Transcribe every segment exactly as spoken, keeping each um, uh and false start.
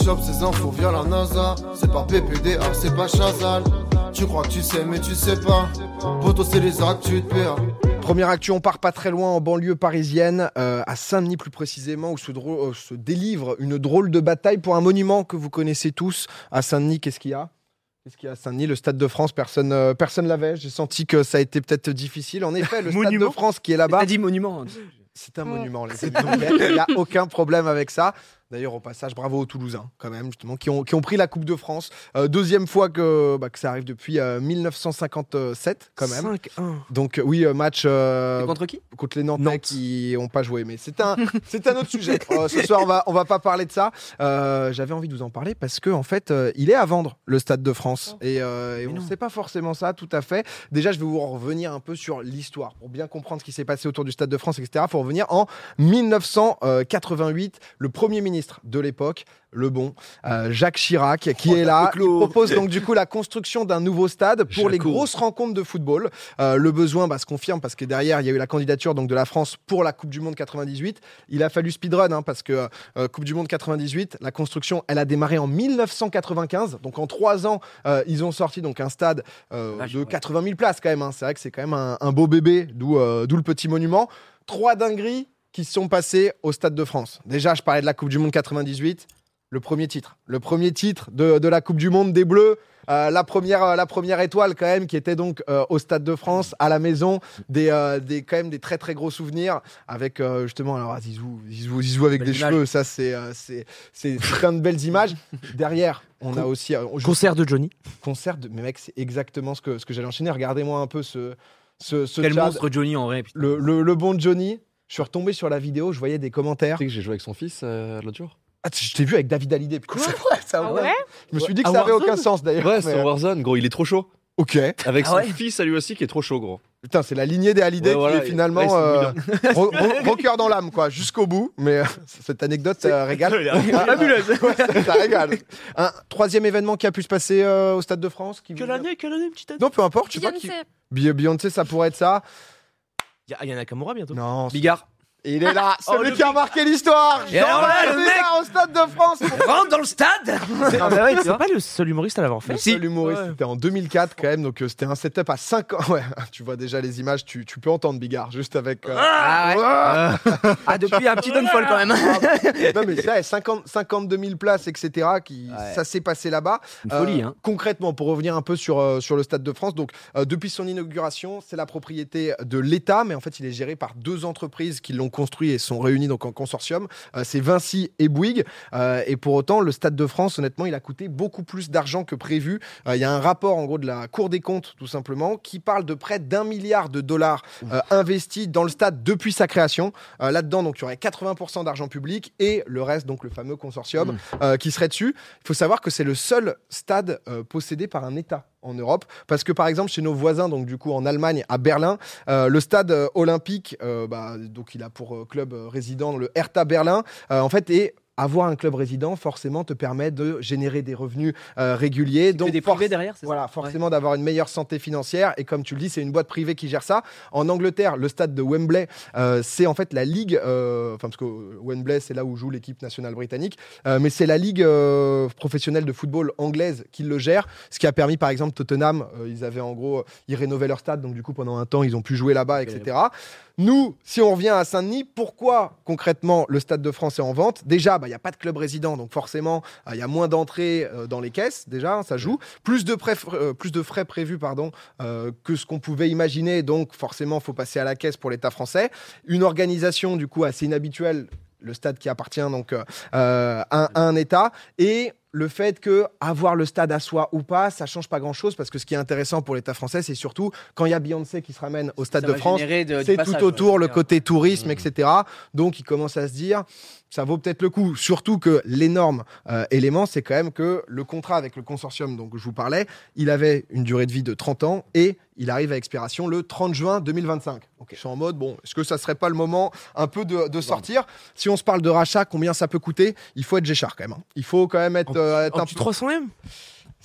chope ces infos via la NASA. C'est pas P P D A, c'est pas Chazal. Tu crois que tu sais mais tu sais pas. Poto c'est les actes, tu te perds. Première actu, on part pas très loin en banlieue parisienne, euh, à Saint-Denis plus précisément, où se, dro- euh, se délivre une drôle de bataille pour un monument que vous connaissez tous. À Saint-Denis, qu'est-ce qu'il y a ? Qu'est-ce qu'il y a à Saint-Denis ? Le Stade de France, personne euh, personne l'avait. J'ai senti que ça a été peut-être difficile. En effet, le Stade de France qui est là-bas... T'as dit monument. C'est un monument, les amis. Il n'y a aucun problème avec ça. D'ailleurs, au passage, bravo aux Toulousains, quand même, justement, qui ont, qui ont pris la Coupe de France. Euh, deuxième fois que, bah, que ça arrive depuis euh, dix-neuf cent cinquante-sept, quand même. cinq un. Donc, oui, euh, match... Euh, Et contre qui ? Contre les Nantais Nantes. qui n'ont pas joué. Mais c'est un, c'est un autre sujet. Euh, ce soir, on va, on va pas parler de ça. Euh, j'avais envie de vous en parler parce qu'en en fait, euh, il est à vendre, le Stade de France. Et, euh, et on ne sait pas forcément ça, tout à fait. Déjà, je vais vous revenir un peu sur l'histoire. Pour bien comprendre ce qui s'est passé autour du Stade de France, et cetera, il faut revenir en dix-neuf cent quatre-vingt-huit. Le Premier ministre de l'époque, le bon euh, Jacques Chirac, qui Oh, est là, qui propose donc du coup la construction d'un nouveau stade pour Jaco. les grosses rencontres de football. Euh, le besoin bah, se confirme parce que derrière il y a eu la candidature donc de la France pour la Coupe du Monde quatre-vingt-dix-huit. Il a fallu speedrun hein, parce que euh, Coupe du Monde quatre-vingt-dix-huit, la construction elle a démarré en dix-neuf cent quatre-vingt-quinze. Donc en trois ans, euh, ils ont sorti donc un stade euh, Vache, de ouais. quatre-vingt mille places quand même. Hein. C'est vrai que c'est quand même un, un beau bébé, d'où euh, d'où le petit monument. Trois dingueries qui sont passées au Stade de France. Déjà, je parlais de la Coupe du Monde quatre-vingt-dix-huit. Le premier titre, le premier titre de, de la Coupe du Monde des Bleus, euh, la première, euh, la première étoile quand même qui était donc euh, au Stade de France à la maison, des, euh, des quand même des très très gros souvenirs avec euh, justement alors Zizou, Zizou, Zizou avec Belle des image. cheveux, ça c'est euh, c'est c'est c'est plein de belles images. Derrière, on a aussi euh, on joue- Concert de Johnny. concert de mais mec c'est exactement ce que ce que j'allais enchaîner. Regardez-moi un peu ce ce, ce Quel Tchad. monstre Johnny en vrai. putain. le, le le bon Johnny. Je suis retombé sur la vidéo, je voyais des commentaires. Tu sais que j'ai joué avec son fils euh, l'autre jour. Ah, je t'ai vu avec David Hallyday. Putain, c'est vrai, ça. Ah ouais. ouais Je me suis dit que À ça avait Warzone aucun sens d'ailleurs. Ouais, mais, c'est euh, Warzone, gros, il est trop chaud. Ok. Avec Ah son ouais fils à lui aussi qui est trop chaud, gros. Putain, c'est la lignée des Hallyday Ouais, voilà, qui est finalement ouais, c'est euh, ro- ro- rocker dans l'âme, quoi, jusqu'au bout. Mais euh, cette anecdote, ça régale. Fabuleuse. Ouais, ça régale. Un troisième événement qui a pu se passer euh, au Stade de France. Qui Quelle vous- année, quelle année, petite année Non, peu importe. Je sais pas qui. Beyoncé. Bi- Beyoncé, ça pourrait être ça. Il y a Nakamura bientôt. Non. Bigard. Il est là, Oh, celui le qui a marqué l'histoire. Et alors là, le Jean-Baptiste mec- César au Stade de France. Rentre dans le stade. C'est Ah bah ouais, c'est pas le seul humoriste à l'avoir fait. Le Si. seul humoriste, Ouais. c'était en deux mille quatre quand même, donc euh, c'était un setup à cinq ans. Ouais, tu vois déjà les images, tu, tu peux entendre Bigard juste avec. euh, Ah ouais. Ah Ah depuis un petit downfall quand même. non mais c'est vrai, cinquante, cinquante-deux mille places, et cetera. Qui, Ouais. Ça s'est passé là-bas. Une folie, Euh, hein. Concrètement, pour revenir un peu sur, euh, sur le Stade de France, donc euh, depuis son inauguration, c'est la propriété de l'État, mais en fait, il est géré par deux entreprises qui l'ont construit et sont réunies donc en consortium. Euh, c'est Vinci et Bouygues. Euh, et pour autant, le Stade de France, honnêtement, il a coûté beaucoup plus d'argent que prévu. Euh, Il y a un rapport, en gros, de la Cour des comptes, tout simplement, qui parle de près d'un milliard de dollars euh, investis dans le stade depuis sa création. Euh, là-dedans, donc, il y aurait quatre-vingts pour cent d'argent public et le reste, donc le fameux consortium, Mmh. euh, qui serait dessus. Il faut savoir que c'est le seul stade euh, possédé par un État en Europe, parce que par exemple chez nos voisins, donc du coup en Allemagne, à Berlin, euh, le stade euh, olympique, euh, bah, donc il a pour euh, club euh, résident le Hertha Berlin, euh, en fait, et avoir un club résident, forcément, te permet de générer des revenus euh, réguliers. Donc Donc, des forc- privés derrière, c'est ça Voilà, forcément d'avoir une meilleure santé financière. Et comme tu le dis, c'est une boîte privée qui gère ça. En Angleterre, le stade de Wembley, euh, c'est en fait la ligue, euh, enfin parce que Wembley, c'est là où joue l'équipe nationale britannique, euh, mais c'est la ligue euh, professionnelle de football anglaise qui le gère. Ce qui a permis, par exemple, Tottenham, euh, ils avaient en gros, ils rénovaient leur stade, donc du coup pendant un temps, ils ont pu jouer là-bas, et cetera. Nous, si on revient à Saint-Denis, pourquoi concrètement le Stade de France est en vente ? Déjà, il n'y a pas de club résident, donc forcément, il y a moins d'entrées euh, dans les caisses, déjà, hein, ça joue. Plus de, pré- euh, plus de frais prévus pardon, euh, que ce qu'on pouvait imaginer, donc forcément, il faut passer à la caisse pour l'État français. Une organisation, du coup, assez inhabituelle, le stade qui appartient donc euh, à, à un État, et le fait que avoir le stade à soi ou pas, ça change pas grand-chose, parce que ce qui est intéressant pour l'État français, c'est surtout quand il y a Beyoncé qui se ramène au Stade Ça de va France, générer de- du c'est passage, tout autour ouais, le c'est côté tourisme, Mmh. et cetera. Donc, il commence à se dire, ça vaut peut-être le coup. Surtout que l'énorme euh, élément, c'est quand même que le contrat avec le consortium dont je vous parlais, il avait une durée de vie de trente ans et il arrive à expiration le trente juin deux mille vingt-cinq. Donc, je suis en mode, bon, est-ce que ça serait pas le moment un peu de, de sortir ? Si on se parle de rachat, combien ça peut coûter ? Il faut être Géchard quand même. hein. Il faut quand même être, euh, être En un dessous peu... de trois cents M.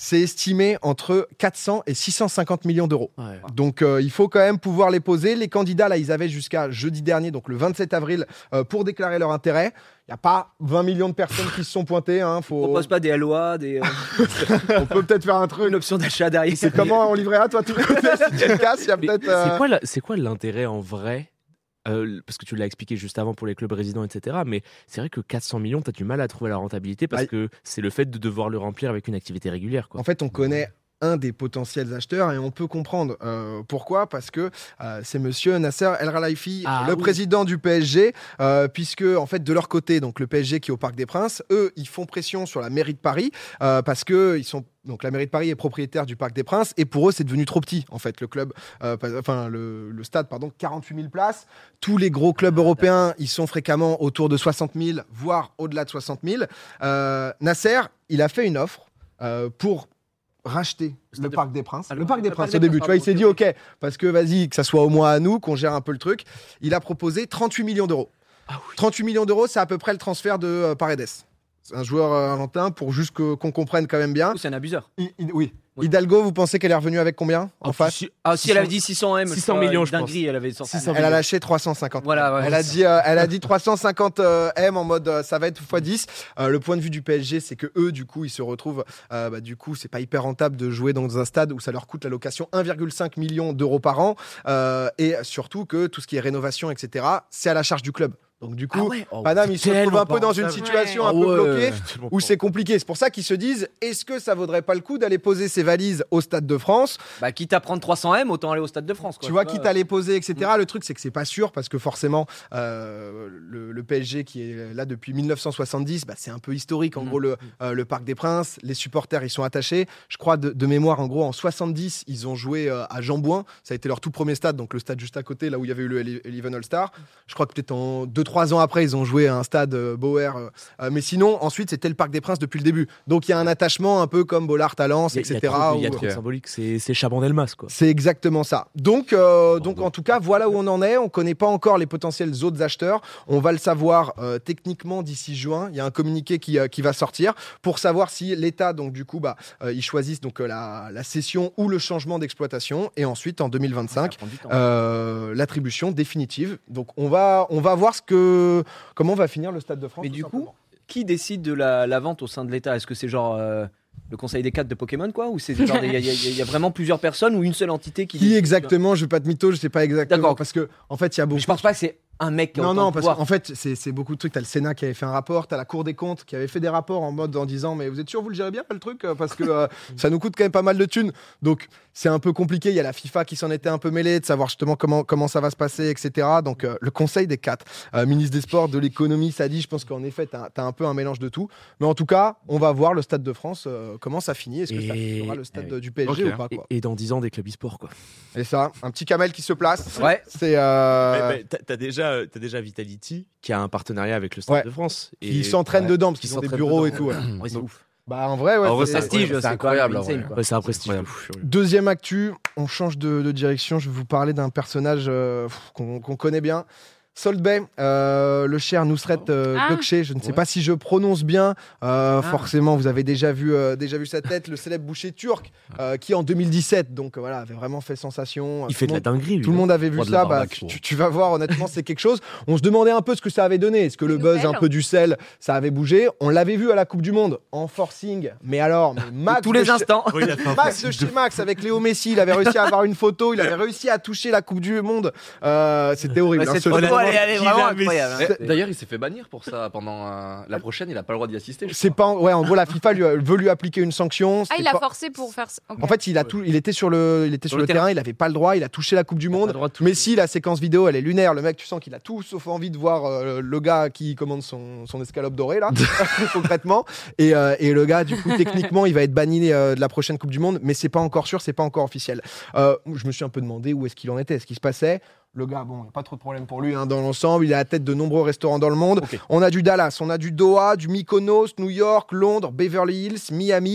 c'est estimé entre quatre cents et six cent cinquante millions d'euros. Ouais. Donc euh, il faut quand même pouvoir les poser. Les candidats, là, ils avaient jusqu'à jeudi dernier, donc le vingt-sept avril, euh, pour déclarer leur intérêt. Il n'y a pas vingt millions de personnes qui se sont pointées. Hein, faut... On propose pas des L O A, des, euh, On peut peut-être faire un truc. une option d'achat derrière. C'est comment en livret A, toi, tu si tu te casses, il y a Mais peut-être... euh, C'est quoi, la- c'est quoi l'intérêt en vrai Euh, parce que tu l'as expliqué juste avant pour les clubs résidents, et cetera. Mais c'est vrai que quatre cents millions, tu as du mal à trouver la rentabilité parce Bah, que c'est le fait de devoir le remplir avec une activité régulière. Quoi. En fait, on connaît un des potentiels acheteurs et on peut comprendre euh, pourquoi, parce que euh, c'est monsieur Nasser El Khelaifi, Ah, le oui. président du P S G, euh, puisque en fait de leur côté, donc le P S G qui est au Parc des Princes, eux ils font pression sur la mairie de Paris euh, parce que ils sont donc la mairie de Paris est propriétaire du Parc des Princes et pour eux c'est devenu trop petit en fait le club, euh, pas- enfin le, le stade pardon, quarante-huit mille places. Tous les gros clubs européens ils sont fréquemment autour de soixante mille, voire au-delà de soixante mille. Euh, Nasser il a fait une offre euh, pour racheter le de- Parc des Princes. Ah, le le Parc des Parc Princes des au début, Princes, tu vois, il s'est dit pardon, ok, parce que vas-y, que ça soit au moins à nous, qu'on gère un peu le truc. Il a proposé trente-huit millions d'euros. Ah oui. trente-huit millions d'euros, c'est à peu près le transfert de euh, Paredes. C'est un joueur euh, argentin, pour juste que- qu'on comprenne quand même bien. C'est un abuseur. I- I- oui. Oui. Hidalgo, vous pensez qu'elle est revenue avec combien en Ah, face si- Ah, si six cents elle avait dit six cents M, six je cents crois, millions, une je pense. dinguerie, elle avait sorti. six cents Elle a lâché trois cent cinquante. Voilà, ouais. elle, a dit, euh, elle a dit trois cent cinquante euh, M en mode euh, ça va être fois dix. Euh, le point de vue du P S G, c'est que eux, du coup, ils se retrouvent. euh, bah, du coup, c'est pas hyper rentable de jouer dans un stade où ça leur coûte la location un virgule cinq million d'euros par an. euh, et surtout que tout ce qui est rénovation, et cetera, c'est à la charge du club. Donc, du coup, Oh, Paname, ils se retrouvent un peu dans une situation un peu bloquée. Où c'est compliqué. C'est pour ça qu'ils se disent est-ce que ça vaudrait pas le coup d'aller poser ses valises au Stade de France? Bah, quitte à prendre trois cents M, autant aller au Stade de France. Quoi. Tu vois, quitte à les poser, et cetera. Le truc, c'est que c'est pas sûr parce que forcément, euh, le, le P S G qui est là depuis mille neuf cent soixante-dix, bah, c'est un peu historique. En Mm. gros, le, euh, le Parc des Princes, les supporters, ils sont attachés. Je crois de, de mémoire, en gros, en soixante-dix, ils ont joué euh, à Jambouin. Ça a été leur tout premier stade, donc le stade juste à côté, là où il y avait eu le Ele- Eleven All-Star. Je crois que peut-être en deux trois ans après, ils ont joué à un stade euh, Bauer. euh, euh, mais sinon, ensuite, c'était le Parc des Princes depuis le début. Donc il y a un attachement un peu comme Bollard à Lens, Il y a- et cetera. Il y a trop, il y a où- trop de symbolique. C'est c'est Chabandelmas, quoi. c'est exactement ça. Donc, euh, donc en tout cas, voilà où on en est. On ne connaît pas encore les potentiels autres acheteurs. On va le savoir euh, techniquement d'ici juin. Il y a un communiqué qui, euh, qui va sortir pour savoir si l'État, donc du coup, bah, euh, ils choisissent donc, euh, la, la cession ou le changement d'exploitation. Et ensuite, en deux mille vingt-cinq, Ça prend du temps. euh, l'attribution définitive. Donc, on va, on va voir ce que, comment va finir le Stade de France. Mais tout du coup, simplement. qui décide de la, la vente au sein de l'État? Est-ce que c'est genre euh, le conseil des quatre de Pokémon, quoi? Ou c'est genre, il y, a- il y a- il y a vraiment plusieurs personnes ou une seule entité qui Qui décide, exactement, je ne vais pas te mytho, je ne sais pas exactement. D'accord. Parce que, en fait, il y a tu vois? beaucoup. Je pense pas que c'est un mec qui a Non, autant non, de parce pouvoir. qu'en fait, c'est c'est beaucoup de trucs. T'as le Sénat qui avait fait un rapport, t'as la Cour des comptes qui avait fait des rapports en mode en disant mais vous êtes sûr vous le gérez bien le truc euh, parce que euh, ça nous coûte quand même pas mal de thunes. Donc c'est un peu compliqué. Il y a la FIFA qui s'en était un peu mêlée de savoir justement comment comment ça va se passer, et cetera. Donc euh, le Conseil des quatre, euh, ministre des Sports, de l'économie, ça dit. Je pense qu'en effet t'as as un peu un mélange de tout. Mais en tout cas, on va voir le Stade de France euh, comment ça finit. Est-ce que ça Et- sera le stade Ah oui. du P S G Ok. ou pas Et, quoi. et dans dix ans, des clubs e-sport, quoi. Et ça, un petit camel qui se place. Ouais. C'est euh, Mais- mais t'as- T'as déjà, t'as déjà Vitality qui a un partenariat avec le Stade Ouais. de France. qui s'entraînent ouais, dedans parce qui qu'ils ont des s'entraînent bureaux dedans. et tout. ouais. Ouais, c'est ouf. Bah en vrai, ouais. En vrai, c'est- c'est Prestige, c'est c'est incroyable, incroyable. en vrai. Ouais, c'est un prestige. Incroyable. de fou. Deuxième actu, on change de, de direction. Je vais vous parler d'un personnage euh, pff, qu'on qu'on connaît bien. Salt Bay, euh, le cher Nusret euh, Ah. Gökçe, je ne sais Ouais. pas si je prononce bien. Euh, Ah. Forcément, vous avez déjà vu, euh, déjà vu sa tête, le célèbre boucher turc, euh, qui en deux mille dix-sept, donc euh, voilà, avait vraiment fait sensation. Il Tout fait le de la monde- dinguerie, lui. Tout le monde avait vu Roi de la ça, bah, barbaque, tu, bon. tu vas voir, honnêtement, c'est quelque chose. On se demandait un peu ce que ça avait donné. Est-ce que le buzz, un Nouvelle. peu du sel, ça avait bougé? On l'avait vu à la Coupe du Monde, en forcing. Mais alors, mais Max Tous de les chez- instants. Max de chez Max avec Léo Messi, il avait réussi à avoir une photo, il avait réussi à toucher la Coupe du Monde. Euh, C'était horrible. Ouais, hein, cette ce photo, moment. elle est- elle est vraiment incroyable. hein. Eh, D'ailleurs, il s'est fait bannir pour ça pendant euh, la prochaine. Il a pas le droit d'y assister. je C'est crois. pas, ouais, en gros, la FIFA lui, a- veut lui appliquer une sanction. Ah, c'était il a pas- forcé pour faire ça. Ok. En fait, il a tout, il était sur le, il était sur, le terrain, il avait pas le droit, il a touché la Coupe du Monde. Messi, la séquence vidéo, elle est lunaire. Le mec, tu sens qu'il a tout sauf envie de voir euh, le gars qui commande son, son escalope dorée là, concrètement. Et, euh, et le gars, du coup, techniquement, il va être banni euh, de la prochaine Coupe du Monde, mais c'est pas encore sûr, c'est pas encore officiel. Euh, je me suis un peu demandé où est-ce qu'il en était, ce qui se passait. Le gars, bon, il n'y a pas trop de problème pour lui hein, dans l'ensemble. Il est à la tête de nombreux restaurants dans le monde. Ok. On a du Dallas, on a du Doha, du Mykonos, New York, Londres, Beverly Hills, Miami.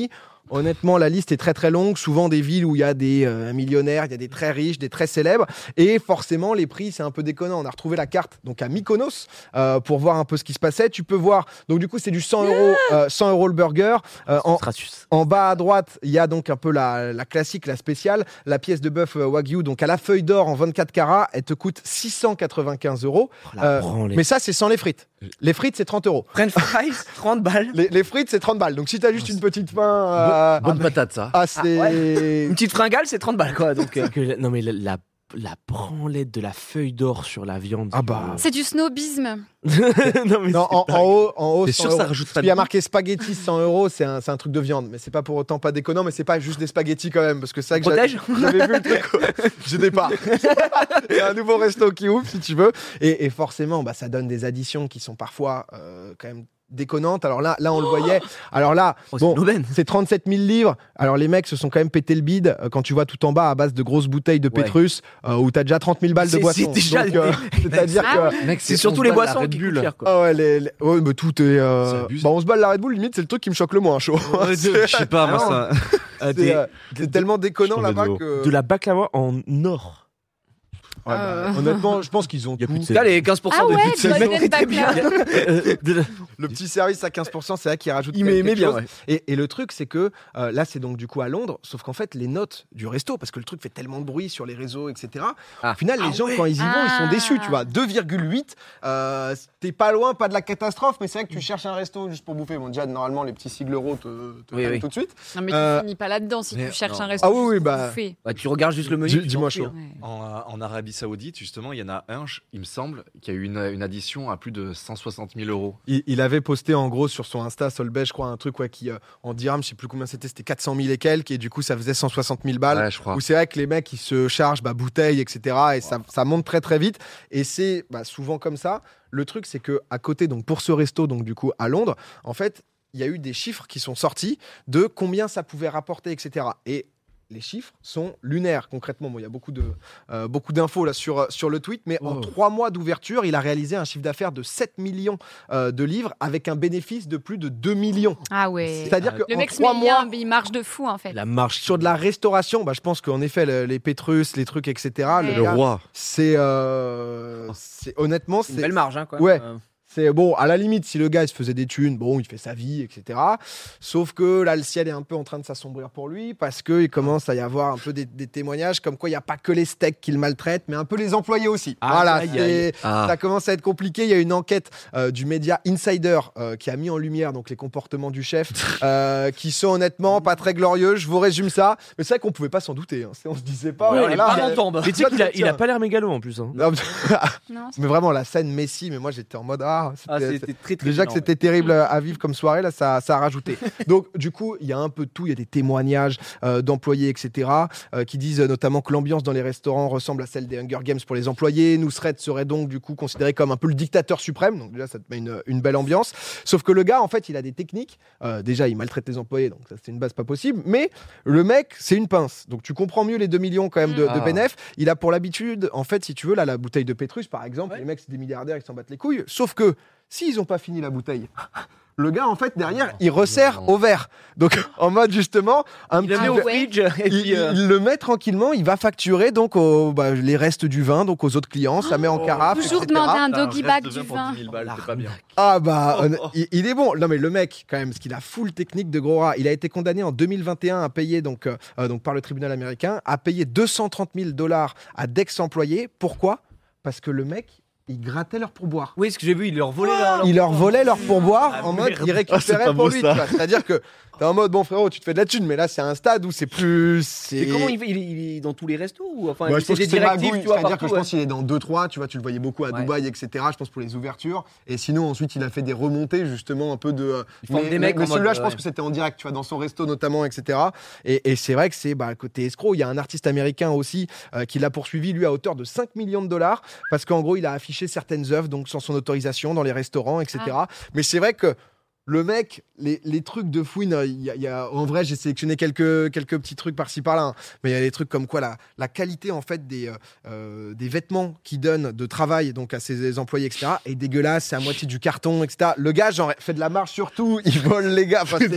Honnêtement, la liste est très très longue. Souvent des villes où il y a des euh, millionnaires, il y a des très riches, des très célèbres. Et forcément, les prix, c'est un peu déconnant. On a retrouvé la carte donc à Mykonos euh, pour voir un peu ce qui se passait. Tu peux voir. Donc du coup, c'est du cent euros, euh, cent euros le burger. Euh, en, Stratus. en bas à droite, il y a donc un peu la, la classique, la spéciale, la pièce de bœuf euh, Wagyu. Donc à la feuille d'or en vingt-quatre carats, elle te coûte six cent quatre-vingt-quinze euros. Oh, la Euh, branlée. mais ça, c'est sans les frites. Les frites, c'est trente euros. French fries, trente balles. Les, les frites, c'est trente balles. Donc si t'as juste une petite faim, euh, Bonne patate, ça. ah, c'est. Une petite fringale, c'est trente balles, quoi. Donc, euh, Que la- non mais la, la, la branlette de la feuille d'or sur la viande. Ah bah. C'est du snobisme. non mais Non, c'est en, en dingue. haut, en haut, T'es cent sûr que ça euros. rajoute Parce pas qu'il y a de marqué spaghetti cent euros, c'est un, c'est un truc de viande, mais c'est pas pour autant pas déconnant, mais c'est pas juste des spaghettis quand même, parce que c'est vrai que Protège j'avais j'avais vu le truc. Ouais. J'ai des parts. Il y a un nouveau resto qui ouvre si tu veux, et, et forcément, bah, ça donne des additions qui sont parfois euh, quand même déconnantes. Alors là, là on le voyait. Alors là, oh, c'est bon, une aubaine. c'est trente-sept mille livres. Alors les mecs se sont quand même pété le bide euh, quand tu vois tout en bas à base de grosses bouteilles de Ouais. Pétrus euh, où t'as déjà trente mille balles de C'est- boissons. c'est déjà Donc, euh, c'est-à-dire Ah que Mec, C'est surtout les boissons qui coûtent cher, quoi. ah ouais, les, les- ouais, mais tout est. euh, C'est abusé. Bah, on se bat la Red Bull, limite, c'est le truc qui me choque le moins, chaud. Je sais pas, moi, ça. Euh, C'est des- euh, c'est tellement déconnant je là-bas tombe de que. de la baklava en or. Ouais, bah, Euh. Honnêtement, je pense qu'ils ont Y a tout. plus de En tout cas, les quinze pour cent Ah de ouais, but, c'est de la le mec viande très bien. baklava. Euh, de la- Le petit service à quinze pour cent, c'est là qui rajoute Il quelque m'aimait bien, chose. ouais. Et, et le truc, c'est que euh, là, c'est donc du coup à Londres, sauf qu'en fait, les notes du resto, parce que le truc fait tellement de bruit sur les réseaux, et cetera. Ah. Au final, les Ah gens, ouais. quand ils y vont, ils sont Ah. déçus, tu vois. deux virgule huit, euh, t'es pas loin, pas de la catastrophe, mais c'est vrai que tu cherches un resto juste pour bouffer. Bon, déjà, normalement, les petits sigles euros te, te Oui, prennent oui. tout de suite. Non, mais Euh, tu finis pas là-dedans si mais tu cherches non. un resto. Ah oui, oui, juste pour bah. bouffer. Bah, tu regardes juste le menu. Dis- tu dis-moi t'en chaud. fous, hein. Ouais. En, en Arabie Saoudite, justement, il y en a un, je- il me semble, qui a eu une, une addition à plus de cent soixante mille euros. Il, il avait posté en gros sur son Insta, Solbay, je crois, un truc ouais, qui, euh, en dirham, je sais plus combien c'était, c'était quatre cent mille et quelques, et du coup, ça faisait cent soixante mille balles. Ouais, je crois. Où c'est vrai que les mecs, ils se chargent bah, bouteilles, et cetera. Et ça, ça monte très très vite. Et c'est bah, souvent comme ça. Le truc, c'est que à côté, donc pour ce resto, donc du coup à Londres, en fait, il y a eu des chiffres qui sont sortis de combien ça pouvait rapporter, et cetera. Et les chiffres sont lunaires, concrètement. Bon, il y a beaucoup, de, euh, beaucoup d'infos là, sur, sur le tweet, mais en Oh. trois mois d'ouverture, il a réalisé un chiffre d'affaires de sept millions euh, de livres avec un bénéfice de plus de deux millions. Ah ouais. C'est-à-dire Ah, que Le en mec se trois met mois, bien, il marche de fou en fait. La marche sur de la restauration, bah, je pense qu'en effet, le- les Pétrus, les trucs, et cetera, Ouais. le Le gars, roi. c'est, euh, c'est honnêtement, C'est une c'est belle marge, hein, quoi. Ouais. Euh, c'est bon, à la limite, si le gars il se faisait des thunes, bon, il fait sa vie, et cetera. Sauf que là, le ciel est un peu en train de s'assombrir pour lui parce qu'il commence à y avoir un peu des, des témoignages comme quoi il n'y a pas que les steaks qu'il maltraite, mais un peu les employés aussi. Aïe, voilà, aïe, c'est- aïe. Ah. ça commence à être compliqué. Il y a une enquête euh, du média Insider euh, qui a mis en lumière donc, les comportements du chef euh, qui sont honnêtement pas très glorieux. Je vous résume ça. Mais c'est vrai qu'on pouvait pas s'en douter. Hein. C'est- On se disait pas. ouais, oh on est là pas là, en tombe. Mais tu sais qu'il a, Tiens. il a pas l'air mégalo en plus. Hein. non, mais- Non, c'est- mais vraiment, la scène Messi, mais moi j'étais en mode Ah, Ah, c'était- c'était très, très Déjà que gênant, c'était terrible à vivre comme soirée, là, ça, ça a rajouté. Donc, du coup, il y a un peu de tout. Il y a des témoignages euh, d'employés, et cetera, euh, qui disent euh, notamment que l'ambiance dans les restaurants ressemble à celle des Hunger Games pour les employés. Nusret serait donc, du coup, considéré comme un peu le dictateur suprême. Donc, déjà, ça te met une, une belle ambiance. Sauf que le gars, en fait, il a des techniques. Euh, déjà, il maltraite les employés, donc ça, c'est une base pas possible. Mais le mec, c'est une pince. Donc, tu comprends mieux les deux millions quand même de, de Ah. bénéf. Il a pour l'habitude, en fait, si tu veux, là, la bouteille de Pétrus, par exemple, Ouais. les mecs, c'est des milliardaires, ils s'en battent les couilles. Sauf que, s'ils n'ont pas fini la bouteille, le gars, en fait, derrière, il resserre non. au verre. Donc, en mode, justement, un Il le petit met au verre- ouais. fridge et il, puis. euh, il le met tranquillement, il va facturer donc aux, bah, les restes du vin, donc aux autres clients, ça met en carafe, Toujours et cetera. demander un T'as doggy reste bag de du pour vin. dix mille balles, c'est pas bien. Ah bah, Oh, hon- oh. Il, il est bon. Non mais le mec, quand même, parce qu'il a full technique de gros rat. Il a été condamné en deux mille vingt et un à payer donc, euh, euh, donc par le tribunal américain, à payer deux cent trente mille dollars à d'ex-employés. Pourquoi ? Parce que le mec, il grattait leur pourboire. Oui, ce que j'ai vu, il leur volait leur. Il leur volait leur pourboire Ah, en mode merde. il Ah, c'est récupérait pas pour beau, lui. ça. tu vois. C'est-à-dire que t'es en mode bon frérot, tu te fais de la thune, mais là c'est un stade où c'est plus. c'est- Et comment il, il, il est dans tous les restos ou enfin Ouais, je c'est pense des que c'est directives, magouille, tu vois, c'est-à-dire partout, que je ouais. pense qu'il est dans deux trois, tu vois, tu le voyais beaucoup à Ouais. Dubaï, et cetera. Je pense pour les ouvertures. Et sinon, ensuite, il a fait des remontées, justement, un peu de. euh, Il forme mais des mecs mais en celui-là, mode, je pense ouais. que c'était en direct, tu vois, dans son resto notamment, et cetera. Et, et c'est vrai que c'est bah, côté escroc. Il y a un artiste américain aussi euh, qui l'a poursuivi, lui, à hauteur de cinq millions de dollars, parce qu'en gros, il a affiché certaines œuvres, donc sans son autorisation, dans les restaurants, et cetera. Mais c'est vrai que. Le mec, les, les trucs de fouine, il y a, il y a- en vrai, j'ai sélectionné quelques, quelques petits trucs par-ci par-là, hein. Mais il y a des trucs comme quoi la, la qualité en fait des, euh, euh, des vêtements qu'il donne de travail donc à ses employés, et cetera est dégueulasse, c'est à moitié du carton, et cetera. Le gars, genre, fait de la marge sur tout, il vole les gars. Enfin, c'est-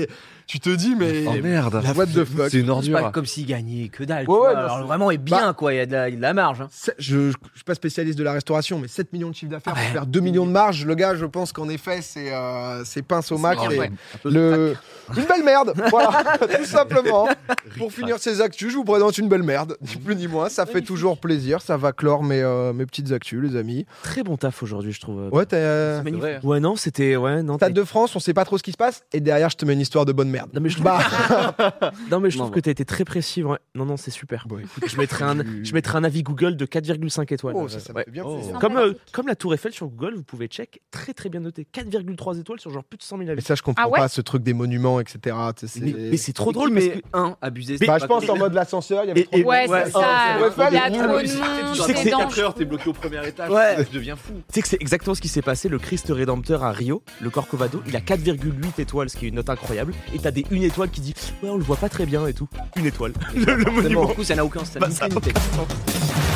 Tu te dis, mais. Oh merde. What the fuck. C'est une C'est ordure. pas comme s'il gagnait que dalle. tu Ouais, vois. ouais, non, Alors c'est- vraiment, est bien Bah- quoi. Il y a de la, il y a de la marge. hein. C'est- Je, je, je suis pas spécialiste de la restauration, mais sept millions de chiffre d'affaires pour faire deux millions de marge, le gars, je pense qu'en effet, c'est euh, c'est pince au max. bien, et ouais. le... Une belle merde, voilà, tout simplement. Pour finir ces actus, je vous présente une belle merde, ni plus ni moins. Ça fait toujours plaisir, ça va clore mes, euh, mes petites actus, les amis. Très bon taf aujourd'hui, je trouve. Ouais, t'as. euh, C'est magnifique. vrai. Ouais, non, c'était. Ouais, non. Stade t'as- de France, on sait pas trop ce qui se passe, et derrière, je te mets une histoire de bonne merde. Non, mais je trouve, Bah, non, mais je Non, trouve bah. que t'as été très précis. Ouais. Non, non, c'est super. bon, écoute, Je mettrai un, je mettrai un avis Google de quatre virgule cinq étoiles. oh, ça, ça me Ouais. fait bien Oh. plaisir. Comme, euh, comme la Tour Eiffel sur Google, vous pouvez check, très très bien noté. quatre virgule trois étoiles sur genre plus de cent mille Mais avis. ça, je comprends Ah ouais pas, ce truc des monuments, et cetera. tu sais, Mais, c'est- mais c'est trop Et drôle qui parce met que. un abusé. Mais- Bah, c'est je pas pense en possible. mode l'ascenseur, il y avait Et- trop de et- Ouais, monde. c'est Ah, ça. Tour Eiffel, Il y a et trop tout. de Tu monde, dors c'est quatre dangereux. heures, t'es bloqué au premier étage. Ouais. Tu deviens fou. Tu sais que c'est exactement ce qui s'est passé. Le Christ Rédempteur à Rio, le Corcovado, il a quatre virgule huit étoiles, ce qui est une note incroyable. Et t'as des une étoile qui dit ouais, on le voit pas très bien et tout. Une étoile. Le, le monument. Du coup, ça n'a aucun stade. Bah, ça- ni qualité.